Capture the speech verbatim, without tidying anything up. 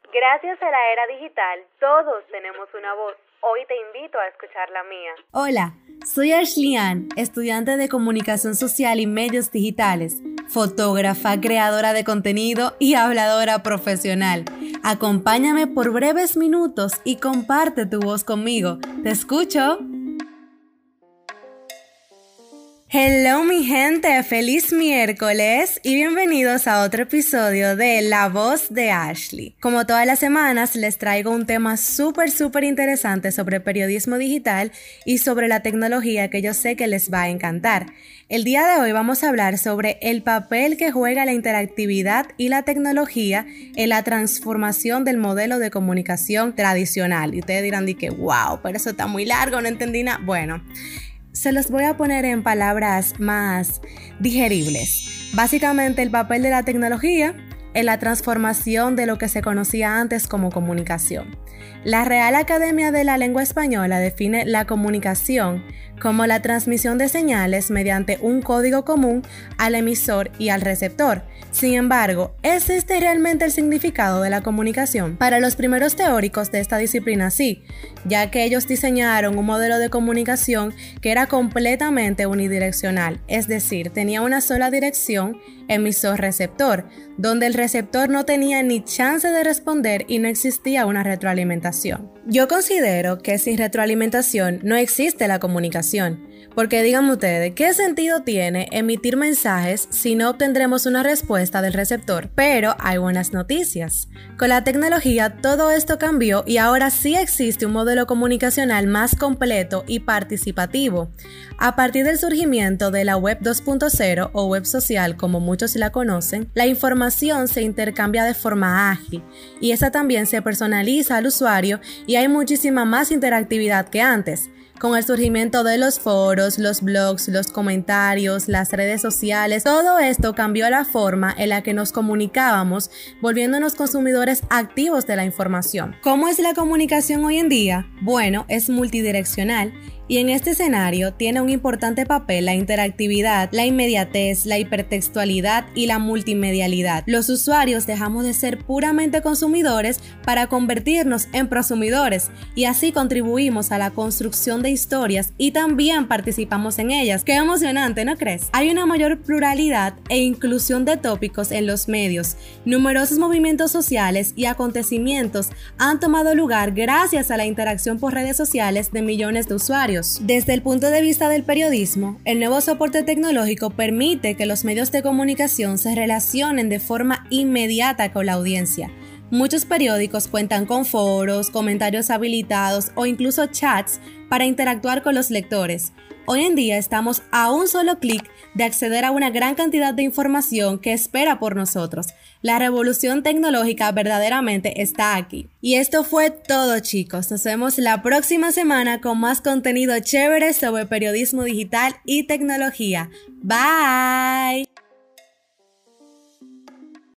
Gracias a la era digital, todos tenemos una voz. Hoy te invito a escuchar la mía. Hola, soy Ashley Ann, estudiante de Comunicación Social y Medios Digitales, fotógrafa, creadora de contenido y habladora profesional. Acompáñame por breves minutos y comparte tu voz conmigo. ¡Te escucho! Hello mi gente, feliz miércoles y bienvenidos a otro episodio de La Voz de Ashley. Como todas las semanas les traigo un tema súper súper interesante sobre periodismo digital y sobre la tecnología que yo sé que les va a encantar. El día de hoy vamos a hablar sobre el papel que juega la interactividad y la tecnología en la transformación del modelo de comunicación tradicional. Y ustedes dirán de que wow, pero eso está muy largo, no entendí nada. Bueno, se los voy a poner en palabras más digeribles. Básicamente, el papel de la tecnología en la transformación de lo que se conocía antes como comunicación. La Real Academia de la Lengua Española define la comunicación como la transmisión de señales mediante un código común al emisor y al receptor. Sin embargo, ¿es este realmente el significado de la comunicación? Para los primeros teóricos de esta disciplina sí, ya que ellos diseñaron un modelo de comunicación que era completamente unidireccional, es decir, tenía una sola dirección emisor-receptor, donde el receptor no tenía ni chance de responder y no existía una retroalimentación. Yo considero que sin retroalimentación no existe la comunicación, porque díganme ustedes, ¿qué sentido tiene emitir mensajes si no obtendremos una respuesta del receptor? Pero hay buenas noticias. Con la tecnología todo esto cambió y ahora sí existe un modelo comunicacional más completo y participativo. A partir del surgimiento de la web dos punto cero o web social como muchos la conocen, la información se intercambia de forma ágil y esa también se personaliza al usuario y hay muchísima más interactividad que antes. Con el surgimiento de los foros, los blogs, los comentarios, las redes sociales, todo esto cambió la forma en la que nos comunicábamos, volviéndonos consumidores activos de la información. ¿Cómo es la comunicación hoy en día? Bueno, es multidireccional. Y en este escenario tiene un importante papel la interactividad, la inmediatez, la hipertextualidad y la multimedialidad. Los usuarios dejamos de ser puramente consumidores para convertirnos en prosumidores y así contribuimos a la construcción de historias y también participamos en ellas. ¡Qué emocionante!, ¿no crees? Hay una mayor pluralidad e inclusión de tópicos en los medios. Numerosos movimientos sociales y acontecimientos han tomado lugar gracias a la interacción por redes sociales de millones de usuarios. Desde el punto de vista del periodismo, el nuevo soporte tecnológico permite que los medios de comunicación se relacionen de forma inmediata con la audiencia. Muchos periódicos cuentan con foros, comentarios habilitados o incluso chats para interactuar con los lectores. Hoy en día estamos a un solo clic de acceder a una gran cantidad de información que espera por nosotros. La revolución tecnológica verdaderamente está aquí. Y esto fue todo, chicos. Nos vemos la próxima semana con más contenido chévere sobre periodismo digital y tecnología. Bye.